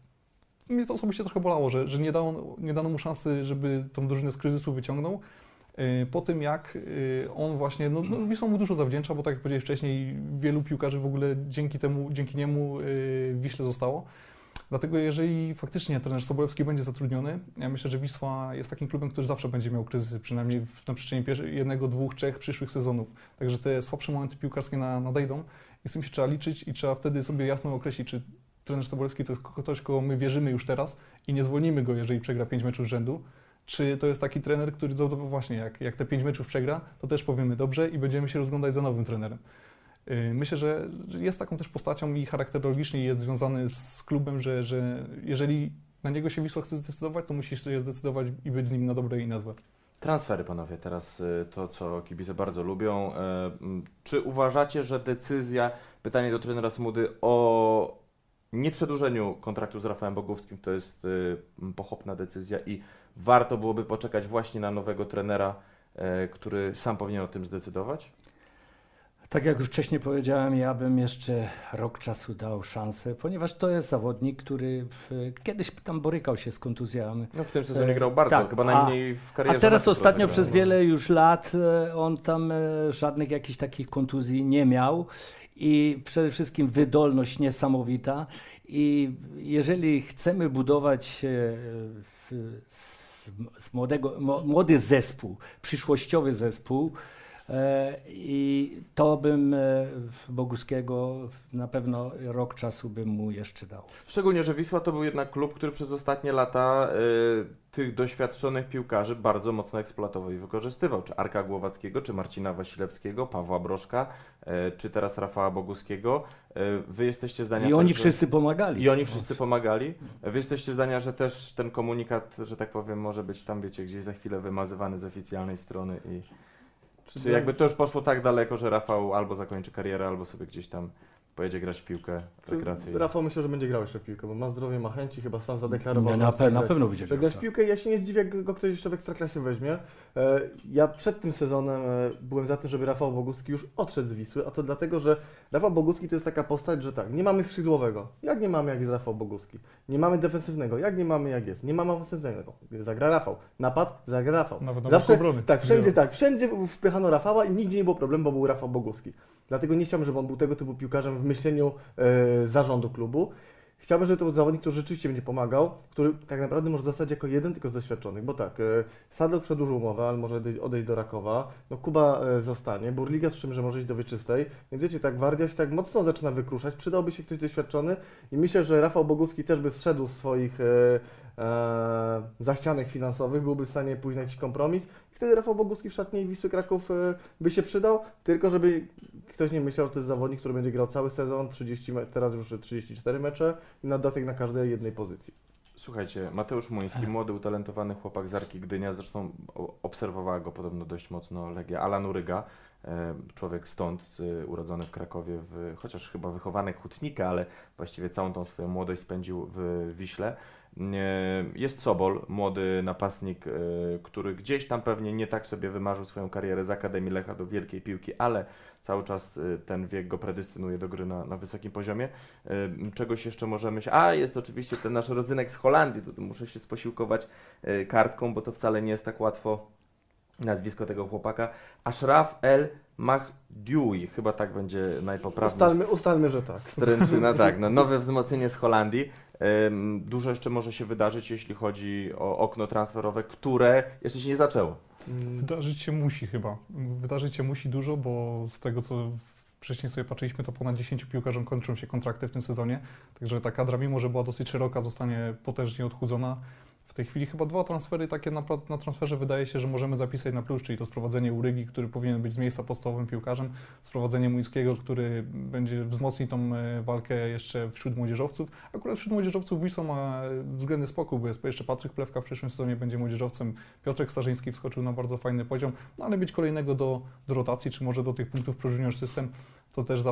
mnie to osobiście trochę bolało, że nie dano mu szansy, żeby tą drużynę z kryzysu wyciągnął. po tym jak on właśnie, Wisła mu dużo zawdzięcza, bo tak jak powiedziałeś wcześniej, wielu piłkarzy w ogóle dzięki niemu w Wiśle zostało. Dlatego jeżeli faktycznie trener Sobolewski będzie zatrudniony, ja myślę, że Wisła jest takim klubem, który zawsze będzie miał kryzysy, przynajmniej na przestrzeni jednego, dwóch, trzech przyszłych sezonów. Także te słabsze momenty piłkarskie nadejdą i z tym się trzeba liczyć i trzeba wtedy sobie jasno określić, czy trener Sobolewski to jest ktoś, kogo my wierzymy już teraz i nie zwolnimy go, jeżeli przegra 5 meczów z rzędu, czy to jest taki trener, który właśnie jak te 5 meczów przegra, to też powiemy dobrze i będziemy się rozglądać za nowym trenerem. Myślę, że jest taką też postacią i charakterologicznie jest związany z klubem, że jeżeli na niego się Wisła chce zdecydować, to musi się zdecydować i być z nim na dobre i na złe. Transfery, panowie, teraz to, co kibice bardzo lubią. Czy uważacie, że decyzja, pytanie do trenera Smudy o nieprzedłużeniu kontraktu z Rafałem Boguckim to jest pochopna decyzja i warto byłoby poczekać właśnie na nowego trenera, który sam powinien o tym zdecydować? Tak jak już wcześniej powiedziałem, ja bym jeszcze rok czasu dał szansę, ponieważ to jest zawodnik, który kiedyś tam borykał się z kontuzjami. No w tym sezonie grał bardzo, tak, chyba najmniej w karierze. A teraz meczów ostatnio rozegrał. przez wiele już lat on tam żadnych jakichś takich kontuzji nie miał i przede wszystkim wydolność niesamowita. I jeżeli chcemy budować młody zespół, przyszłościowy zespół, i to bym Boguskiego na pewno rok czasu bym mu jeszcze dał. Szczególnie, że Wisła to był jednak klub, który przez ostatnie lata tych doświadczonych piłkarzy bardzo mocno eksploatował i wykorzystywał. Czy Arka Głowackiego, czy Marcina Wasilewskiego, Pawła Brożka, czy teraz Rafała Boguskiego. Wy jesteście zdania... I oni też, wszyscy pomagali. I oni wszyscy pomagali. Wy jesteście zdania, że też ten komunikat, że tak powiem, może być tam, wiecie, gdzieś za chwilę wymazywany z oficjalnej strony i... Czy jakby to już poszło tak daleko, że Rafał albo zakończy karierę, albo sobie gdzieś tam pojedzie grać w piłkę rekreacyjną? Rafał myślę, że będzie grał jeszcze w piłkę, bo ma zdrowie, ma chęci, chyba sam zadeklarował, Nie, że chce na grać. pewno będzie Że grać w piłkę, ja się nie zdziwię, jak go ktoś jeszcze w Ekstraklasie weźmie. Ja przed tym sezonem byłem za tym, żeby Rafał Bogucki już odszedł z Wisły, a to dlatego, że Rafał Bogucki to jest taka postać, że tak, nie mamy skrzydłowego, jak nie mamy, jak jest Rafał Bogucki. Nie mamy defensywnego, jak nie mamy, jak jest. Nie mamy ofensywnego, zagra Rafał. Napad, zagra Rafał. Nawet na Zawsze, boku obrony. wszędzie wpychano Rafała i nigdzie nie było problemu, bo był Rafał Bogucki. Dlatego nie chciałbym, żeby on był tego typu piłkarzem w myśleniu zarządu klubu. Chciałbym, żeby to był zawodnik, który rzeczywiście będzie pomagał, który tak naprawdę może zostać jako jeden tylko z doświadczonych, bo tak, Sadlok przedłużył umowę, ale może odejść do Rakowa, no Kuba zostanie, Burliga słyszymy, że może iść do Wieczystej, więc wiecie, tak Wardia się tak mocno zaczyna wykruszać, przydałby się ktoś doświadczony i myślę, że Rafał Bogucki też by zszedł z swoich zachcianek finansowych, byłby w stanie pójść na jakiś kompromis i wtedy Rafał Bogucki w szatni Wisły Kraków by się przydał, tylko żeby ktoś nie myślał, że to jest zawodnik, który będzie grał cały sezon, teraz już 34 mecze i na dodatek na każdej jednej pozycji. Słuchajcie, Mateusz Muński, młody, utalentowany chłopak z Arki Gdynia, zresztą obserwowała go podobno dość mocno Legia. Alan Uryga, człowiek stąd, urodzony w Krakowie, chociaż chyba wychowanek hutnika, ale właściwie całą tą swoją młodość spędził w Wiśle. Jest Sobol, młody napastnik, który gdzieś tam pewnie nie tak sobie wymarzył swoją karierę z Akademii Lecha do wielkiej piłki, ale cały czas ten wiek go predystynuje do gry na wysokim poziomie. Czegoś jeszcze możemy się... jest oczywiście ten nasz rodzynek z Holandii, tu muszę się sposiłkować kartką, bo to wcale nie jest tak łatwo nazwisko tego chłopaka. Ashraf El Mahdiui, chyba tak będzie najpoprawniej. Ustalmy, że tak. Stręczyna, tak. No, nowe wzmocnienie z Holandii. Dużo jeszcze może się wydarzyć, jeśli chodzi o okno transferowe, które jeszcze się nie zaczęło. Wydarzyć się musi chyba. Wydarzyć się musi dużo, bo z tego, co wcześniej sobie patrzyliśmy, to ponad 10 piłkarzom kończą się kontrakty w tym sezonie. Także ta kadra, mimo że była dosyć szeroka, zostanie potężnie odchudzona. W tej chwili chyba 2 transfery takie na transferze wydaje się, że możemy zapisać na plus, czyli to sprowadzenie Urygi, który powinien być z miejsca podstawowym piłkarzem, sprowadzenie Muńskiego, który będzie wzmocni tą walkę jeszcze wśród młodzieżowców. Akurat wśród młodzieżowców Wisła ma względny spokój, bo jest jeszcze Patryk Plewka w przyszłym sezonie, będzie młodzieżowcem, Piotrek Starzyński wskoczył na bardzo fajny poziom, no ale mieć kolejnego do rotacji, czy może do tych punktów Pro Junior System, to też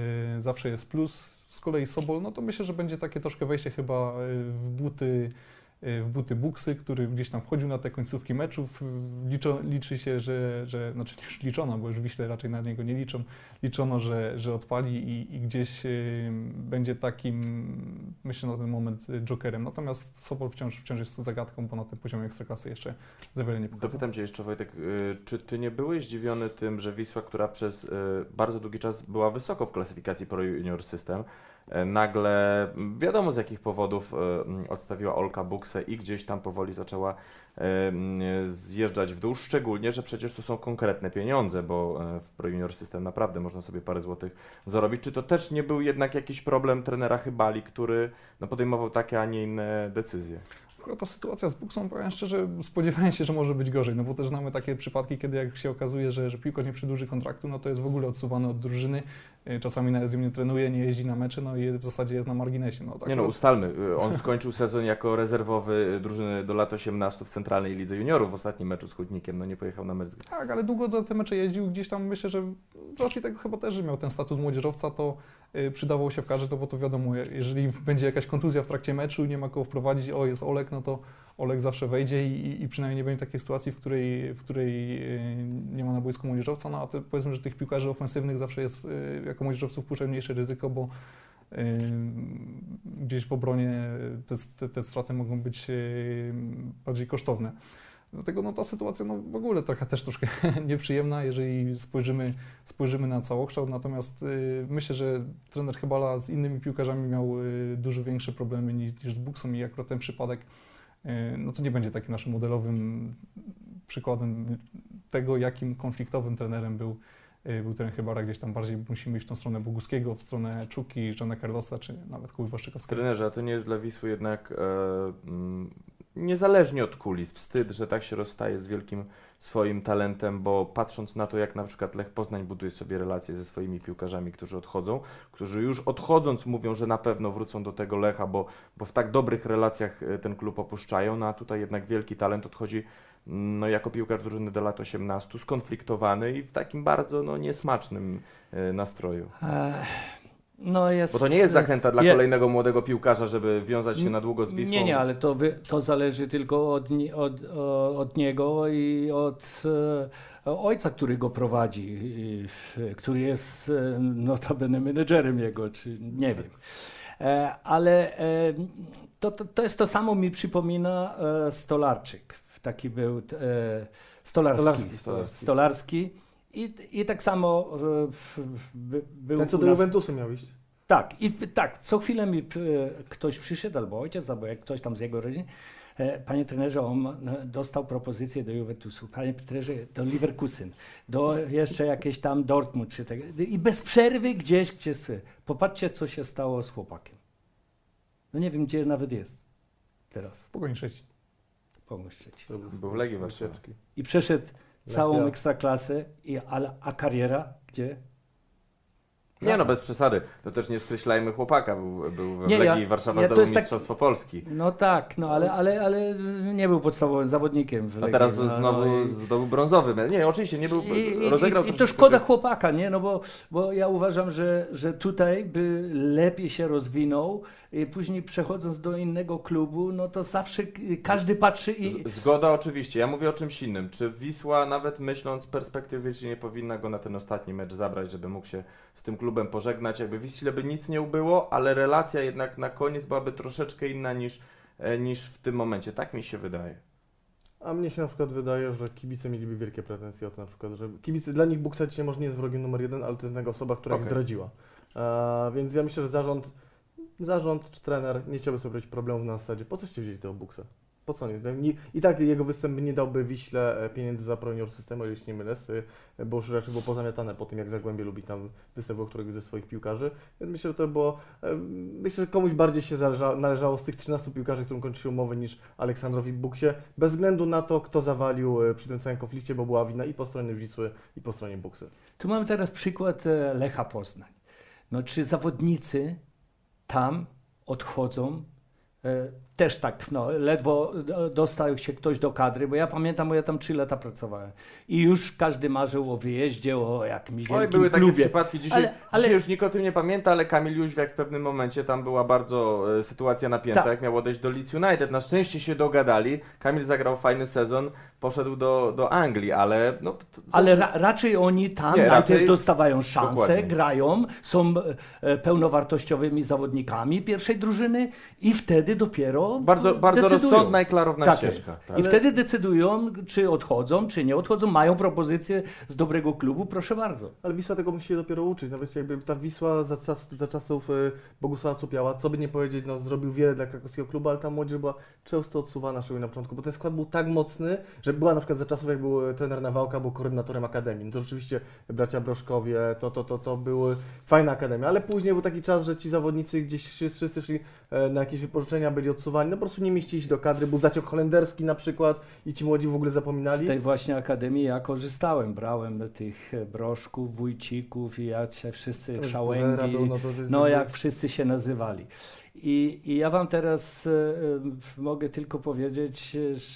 zawsze jest plus. Z kolei Sobol, no to myślę, że będzie takie troszkę wejście chyba w buty w buty Buksy, który gdzieś tam wchodził na te końcówki meczów. Liczy się, znaczy już liczono, bo już Wiśle raczej na niego nie liczą, liczono, że odpali i gdzieś będzie takim, myślę na ten moment, jokerem. Natomiast Sopol wciąż jest zagadką, bo na tym poziomie Ekstraklasy jeszcze za wiele nie pokazał. Dopytam Cię jeszcze, Wojtek, czy Ty nie byłeś zdziwiony tym, że Wisła, która przez bardzo długi czas była wysoko w klasyfikacji Pro Junior System, nagle, wiadomo z jakich powodów, odstawiła Olka Buksę i gdzieś tam powoli zaczęła zjeżdżać w dół, szczególnie, że przecież to są konkretne pieniądze, bo w Pro Junior System naprawdę można sobie parę złotych zarobić. Czy to też nie był jednak jakiś problem trenera Chybali, który podejmował takie, a nie inne decyzje? Akurat ta sytuacja z Buksą, powiem szczerze, spodziewałem się, że może być gorzej, no bo też znamy takie przypadki, kiedy jak się okazuje, że piłkarz nie przedłuży kontraktu, no to jest w ogóle odsuwany od drużyny, czasami nawet z nim nie trenuje, nie jeździ na mecze, no i w zasadzie jest na marginesie. No, tak Ustalmy, on skończył sezon jako rezerwowy drużyny do lat 18 w Centralnej Lidze Juniorów w ostatnim meczu z Hutnikiem, no nie pojechał na mecz. Tak, ale długo do te mecze jeździł, gdzieś tam myślę, że z racji tego chyba też, że miał ten status młodzieżowca, to przydawał się w kadrze, to bo to wiadomo, jeżeli będzie jakaś kontuzja w trakcie meczu, nie ma kogo wprowadzić, jest Olek, no to Olek zawsze wejdzie i przynajmniej nie będzie takiej sytuacji, w której nie ma na boisku młodzieżowca, no a to powiedzmy, że tych piłkarzy ofensywnych zawsze jest jako młodzieżowców puszcza mniejsze ryzyko, bo gdzieś w obronie te straty mogą być bardziej kosztowne. Dlatego no, ta sytuacja w ogóle troszkę nieprzyjemna, jeżeli spojrzymy na całokształt, natomiast myślę, że trener Chybala z innymi piłkarzami miał dużo większe problemy niż z Buksą i akurat ten przypadek no to nie będzie takim naszym modelowym przykładem tego, jakim konfliktowym trenerem był trener Chybara. Gdzieś tam bardziej musimy iść w tą stronę Boguskiego, w stronę Czuki, Żana Carlosa, czy nawet Kuby Waszczykowskiego. Trenerze, a to nie jest dla Wisły jednak niezależnie od kulis wstyd, że tak się rozstaje z wielkim swoim talentem, bo patrząc na to, jak na przykład Lech Poznań buduje sobie relacje ze swoimi piłkarzami, którzy odchodzą, którzy już odchodząc mówią, że na pewno wrócą do tego Lecha, bo w tak dobrych relacjach ten klub opuszczają, no a tutaj jednak wielki talent odchodzi jako piłkarz drużyny do lat 18, skonfliktowany i w takim bardzo niesmacznym nastroju. Bo to nie jest zachęta dla kolejnego młodego piłkarza, żeby wiązać się na długo z Wisłą. Nie, ale to zależy tylko od niego i od ojca, który go prowadzi, który jest notabene menedżerem jego, czy nie wiem. Ale to jest to samo, mi przypomina Stolarczyk. Taki był Stolarski. I tak samo był. Ten, co do Juventusu miał iść. Tak, co chwilę mi ktoś przyszedł, albo ojciec, albo jak ktoś tam z jego rodziny. Panie trenerze, on dostał propozycję do Juventusu, panie trenerze, do Leverkusen, do jeszcze jakieś tam Dortmund, czy tak. I bez przerwy gdzieś. Popatrzcie, co się stało z chłopakiem. No nie wiem, gdzie nawet jest teraz. W Pogoni Szczecin. Był w Legii Warszawa. I przeszedł całą ekstraklasę, a kariera gdzie? Nie bez przesady. To też nie skreślajmy chłopaka. Był w Legii Warszawa, zdobył Mistrzostwo Polski. No tak, ale nie był podstawowym zawodnikiem w Legii. A teraz znowu zdobył brązowy. Nie, oczywiście nie był, rozegrał I to szkoda chłopaka, nie? No bo ja uważam, że tutaj by lepiej się rozwinął i później przechodząc do innego klubu, no to zawsze każdy patrzy i... Zgoda oczywiście. Ja mówię o czymś innym. Czy Wisła, nawet myśląc perspektywicznie, nie powinna go na ten ostatni mecz zabrać, żeby mógł się z tym klubem pożegnać? Jakby Wiśle by nic nie ubyło, ale relacja jednak na koniec byłaby troszeczkę inna niż w tym momencie. Tak mi się wydaje. A mnie się na przykład wydaje, że kibice mieliby wielkie pretensje o to na przykład, że kibice, dla nich Buksa dzisiaj może nie jest wrogiem numer 1, ale to jest taka osoba, która ich zdradziła. Więc ja myślę, że zarząd czy trener nie chciałby sobie robić problemów na zasadzie, po coście wzięli tego Buksa? Po co nie? I tak jego występ nie dałby Wiśle pieniędzy za Pro Junior Systemu, jeśli nie mylę, bo już raczej było pozamiatane po tym, jak Zagłębie lubi tam występu któregoś ze swoich piłkarzy. Więc myślę, że to było... Myślę, że komuś bardziej się należało z tych 13 piłkarzy, którym kończyli umowy, niż Aleksandrowi Buksie, bez względu na to, kto zawalił przy tym całym konflikcie, bo była wina i po stronie Wisły, i po stronie Buksy. Tu mamy teraz przykład Lecha Poznań. No, czy zawodnicy tam odchodzą Też tak, no, ledwo dostał się ktoś do kadry, bo ja pamiętam, bo ja tam 3 lata pracowałem i już każdy marzył o wyjeździe, o jakimś Oj, wielkim były takie klubie. przypadki, dzisiaj, Ale- dzisiaj już nikt o tym nie pamięta, ale Kamil Jóźwiak w pewnym momencie, tam była bardzo sytuacja napięta, Tak. jak miał odejść do Leeds United. Na szczęście się dogadali, Kamil zagrał fajny sezon, poszedł do Anglii, ale no... Ale raczej oni tam Nie, najpierw raczej- dostawają szansę, Dokładnie. grają, są pełnowartościowymi zawodnikami pierwszej drużyny i wtedy dopiero Bardzo decydują. rozsądna i klarowna Tak ścieżka. jest. Tak. I wtedy decydują, czy odchodzą, czy nie odchodzą, mają propozycję z dobrego klubu, proszę bardzo. Ale Wisła tego musi się dopiero uczyć. Nawet jakby ta Wisła za czasów Bogusława Cupiała, co by nie powiedzieć, no zrobił wiele dla krakowskiego klubu, ale ta młodzież była często odsuwana, szczególnie na początku, bo ten skład był tak mocny, że była na przykład za czasów, jak był trener Nawałka, był koordynatorem akademii. No to rzeczywiście bracia Broszkowie, to były fajne akademie, ale później był taki czas, że ci zawodnicy gdzieś wszyscy szli na jakieś wypożyczenia, byli odsuwani, no po prostu nie mieścili się do kadry, był zaciąg holenderski na przykład i ci młodzi w ogóle zapominali. Z tej właśnie akademii ja korzystałem, brałem tych Broszków, Wójcików i jak się wszyscy Buzera Szałęgi, był, no to jest no jakby- jak wszyscy się nazywali. I ja wam teraz mogę tylko powiedzieć,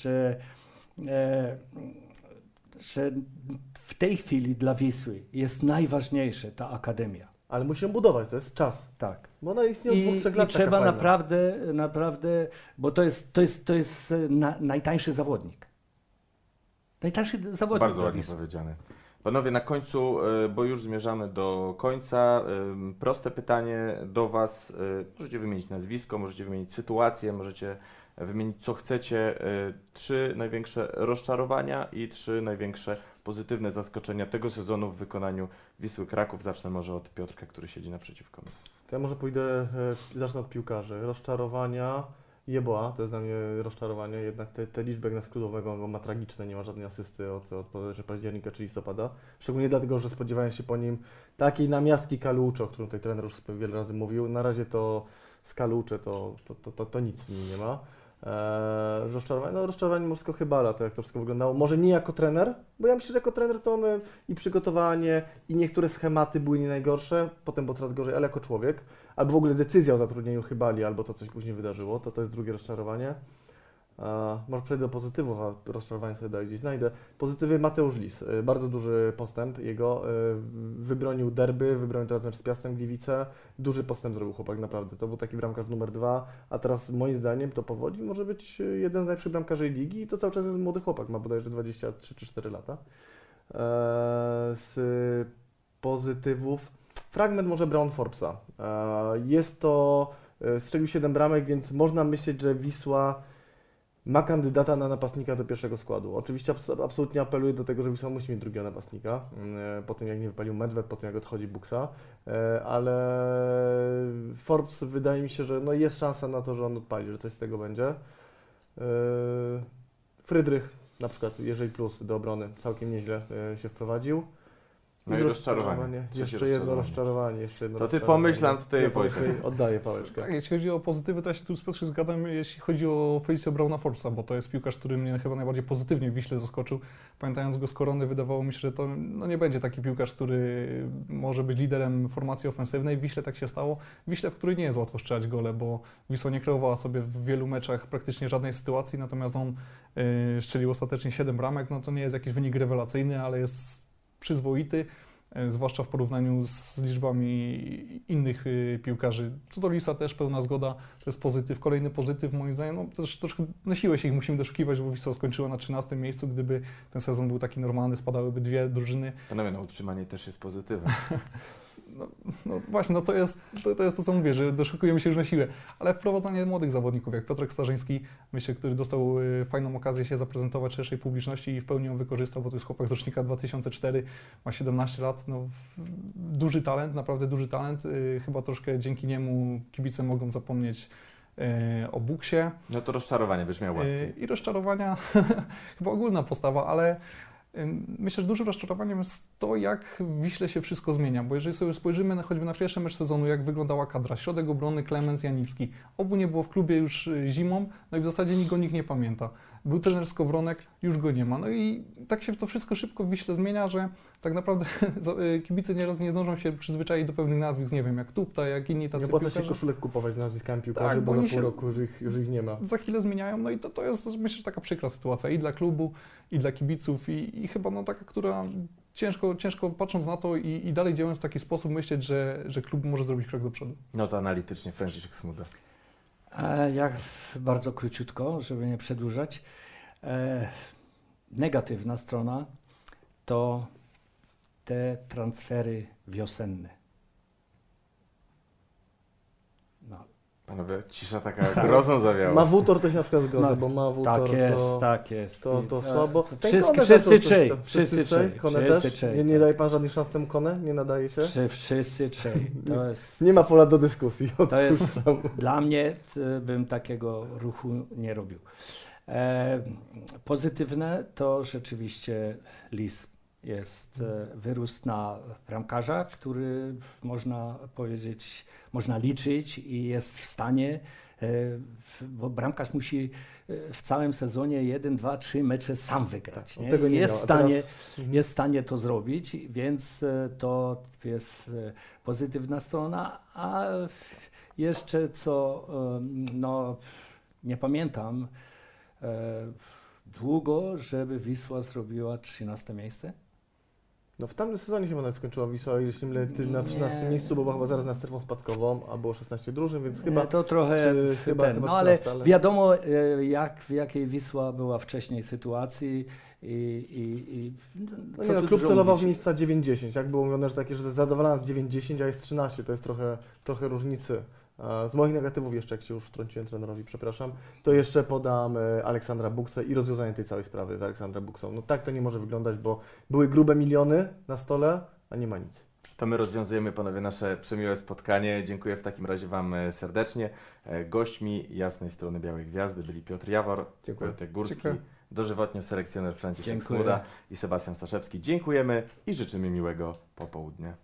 że w tej chwili dla Wisły jest najważniejsze ta akademia. Ale musimy budować, to jest czas. Tak. Bo ona istnieje od 2-3 lat. I trzeba taka fajna. naprawdę, bo to jest najtańszy zawodnik. Najtańszy zawodnik Bardzo dla ładnie Wisły. powiedziane. Panowie, na końcu, bo już zmierzamy do końca, proste pytanie do Was. Możecie wymienić nazwisko, możecie wymienić sytuację, możecie wymienić co chcecie. 3 największe rozczarowania i 3 największe pozytywne zaskoczenia tego sezonu w wykonaniu Wisły Kraków. Zacznę może od Piotrka, który siedzi naprzeciwko mnie. To ja może pójdę, zacznę od piłkarzy. Rozczarowania. Jeboa, to jest dla mnie rozczarowanie, jednak te liczby jak na skrzydłowego ma tragiczne, nie ma żadnej asysty od października czy listopada. Szczególnie dlatego, że spodziewałem się po nim takiej namiastki Kaluczo, o którym tutaj trener już wiele razy mówił. Na razie to z Kalucze to nic w nim nie ma. Rozczarowanie Morsko Chybala, to jak to wszystko wyglądało. Może nie jako trener, bo ja myślę, że jako trener to my i przygotowanie, i niektóre schematy były nie najgorsze, potem było coraz gorzej, ale jako człowiek, albo w ogóle decyzja o zatrudnieniu Chybali, albo to coś później wydarzyło, to jest drugie rozczarowanie. Może przejdę do pozytywów, a rozczarowanie sobie dalej gdzieś znajdę. Pozytywy Mateusz Lis, bardzo duży postęp jego, wybronił derby, wybronił teraz mecz z Piastem Gliwice, duży postęp zrobił chłopak naprawdę, to był taki bramkarz numer 2, a teraz moim zdaniem to powodzi może być jeden z najlepszych bramkarzy ligi i to cały czas jest młody chłopak, ma bodajże 23 czy 4 lata. Z pozytywów fragment może Brown Forbesa, jest to, strzelił 7 bramek, więc można myśleć, że Wisła ma kandydata na napastnika do pierwszego składu. Oczywiście absolutnie apeluję do tego, że Wisła musi mieć drugiego napastnika, po tym jak nie wypalił Medved, po tym jak odchodzi Buksa, ale Forbes wydaje mi się, że no jest szansa na to, że on odpali, że coś z tego będzie. Frydrych na przykład, Jerzej Plus do obrony, całkiem nieźle się wprowadził. No i rozczarowanie. Jeszcze jedno rozczarowanie. To ty pomyślam tutaj, Ja Wojtek. oddaję pałeczkę. Tak, jeśli chodzi o pozytywy, to ja się tu z Piotrem zgadzam, jeśli chodzi o Felicio Brauna Forbesa, bo to jest piłkarz, który mnie chyba najbardziej pozytywnie w Wiśle zaskoczył. Pamiętając go z Korony, wydawało mi się, że to nie będzie taki piłkarz, który może być liderem formacji ofensywnej. W Wiśle tak się stało. W Wiśle, w której nie jest łatwo strzelać gole, bo Wisła nie kreowała sobie w wielu meczach praktycznie żadnej sytuacji, natomiast on strzelił ostatecznie 7 bramek. No to nie jest jakiś wynik rewelacyjny, ale jest przyzwoity, zwłaszcza w porównaniu z liczbami innych piłkarzy. Co do Lisa też pełna zgoda, to jest pozytyw. Kolejny pozytyw moim zdaniem, no też troszkę na siłę się ich musimy doszukiwać, bo Wisła skończyła na 13 miejscu. Gdyby ten sezon był taki normalny, spadałyby 2 drużyny. Panowie, no utrzymanie też jest pozytywem. No właśnie, no to jest to, co mówię, że doszukujemy się już na siłę. Ale wprowadzanie młodych zawodników, jak Piotrek Starzyński, myślę, który dostał fajną okazję się zaprezentować szerszej publiczności i w pełni ją wykorzystał, bo to jest chłopak z rocznika 2004, ma 17 lat, no duży talent, naprawdę duży talent. Chyba troszkę dzięki niemu kibice mogą zapomnieć o Buksie. No to rozczarowanie byś miał łatwiej. I rozczarowania, chyba ogólna postawa, ale myślę, że dużym rozczarowaniem jest to, jak w Wiśle się wszystko zmienia, bo jeżeli sobie spojrzymy choćby na pierwszy mecz sezonu, jak wyglądała kadra, środek obrony Klemens, Janicki, obu nie było w klubie już zimą, no i w zasadzie nikt nie pamięta. Był trener Skowronek, już go nie ma. No i tak się to wszystko szybko w Wiśle zmienia, że tak naprawdę kibice nieraz nie zdążą się przyzwyczaić do pewnych nazwisk, nie wiem, jak Tupta, jak inni tacy Nie opłaca się piłkarze. koszulek kupować z nazwiskami piłkarzy, Tak, bo bo za oni pół się- roku już ich nie ma. Za chwilę zmieniają, no i to jest, myślę, że taka przykra sytuacja i dla klubu, i dla kibiców, i chyba no taka, która ciężko patrząc na to i dalej działając w taki sposób myśleć, że klub może zrobić krok do przodu. No to analitycznie Franciszek Smuda. Ja bardzo króciutko, żeby nie przedłużać. Negatywna strona to te transfery wiosenne. No, Panowie, cisza taka grozą zawiała. Mawutor to się na przykład zgodzę, No, bo Mawutor tak jest. to I, słabo. Ten Wszyscy, Kone wszyscy zaczął coś trzej, tam. wszyscy trzej, Kone wszyscy też? trzej, Nie tak. daje pan żadnych szans temu Kone? Nie nadaje się? Wszyscy trzej. To jest, Nie ma pola do dyskusji. to jest Odpuszczam. dla mnie, bym takiego ruchu nie robił. Pozytywne to rzeczywiście Lis. Jest wyrósł na bramkarza, który można powiedzieć, można liczyć i jest w stanie, bo bramkarz musi w całym sezonie 1, 2, 3 mecze sam wygrać. Tak, Nie? tego nie Jest miał, w a stanie, teraz- jest w stanie to zrobić, więc to jest pozytywna strona, a jeszcze co, no nie pamiętam długo, żeby Wisła zrobiła 13 miejsce. No w tamtym sezonie chyba nawet skończyła Wisła, jeśli mylę, na 13 Nie. miejscu, bo była chyba zaraz na strefą spadkową, a było 16 drużyn, więc chyba... To trochę chyba no ale 13, ale- wiadomo w jakiej Wisła była wcześniej sytuacji i No co nie, no, tu klub dużo celował w mówić. miejsca 9-10, jak było mówione, że takie, że zadowolona z 9-10, a jest 13, to jest trochę różnicy. A z moich negatywów jeszcze, jak się już wtrąciłem trenerowi, przepraszam, to jeszcze podam Aleksandra Buksę i rozwiązanie tej całej sprawy z Aleksandrem Buksą. No tak to nie może wyglądać, bo były grube miliony na stole, a nie ma nic. To my rozwiązujemy, panowie, nasze przemiłe spotkanie. Dziękuję w takim razie Wam serdecznie. Gośćmi Jasnej Strony Białej Gwiazdy byli Piotr Jawor, Dziękuję. Wojtek Górski, Dziękuję. dożywotnio selekcjoner Franciszek Dziękuję. Smuda i Sebastian Staszewski. Dziękujemy i życzymy miłego popołudnia.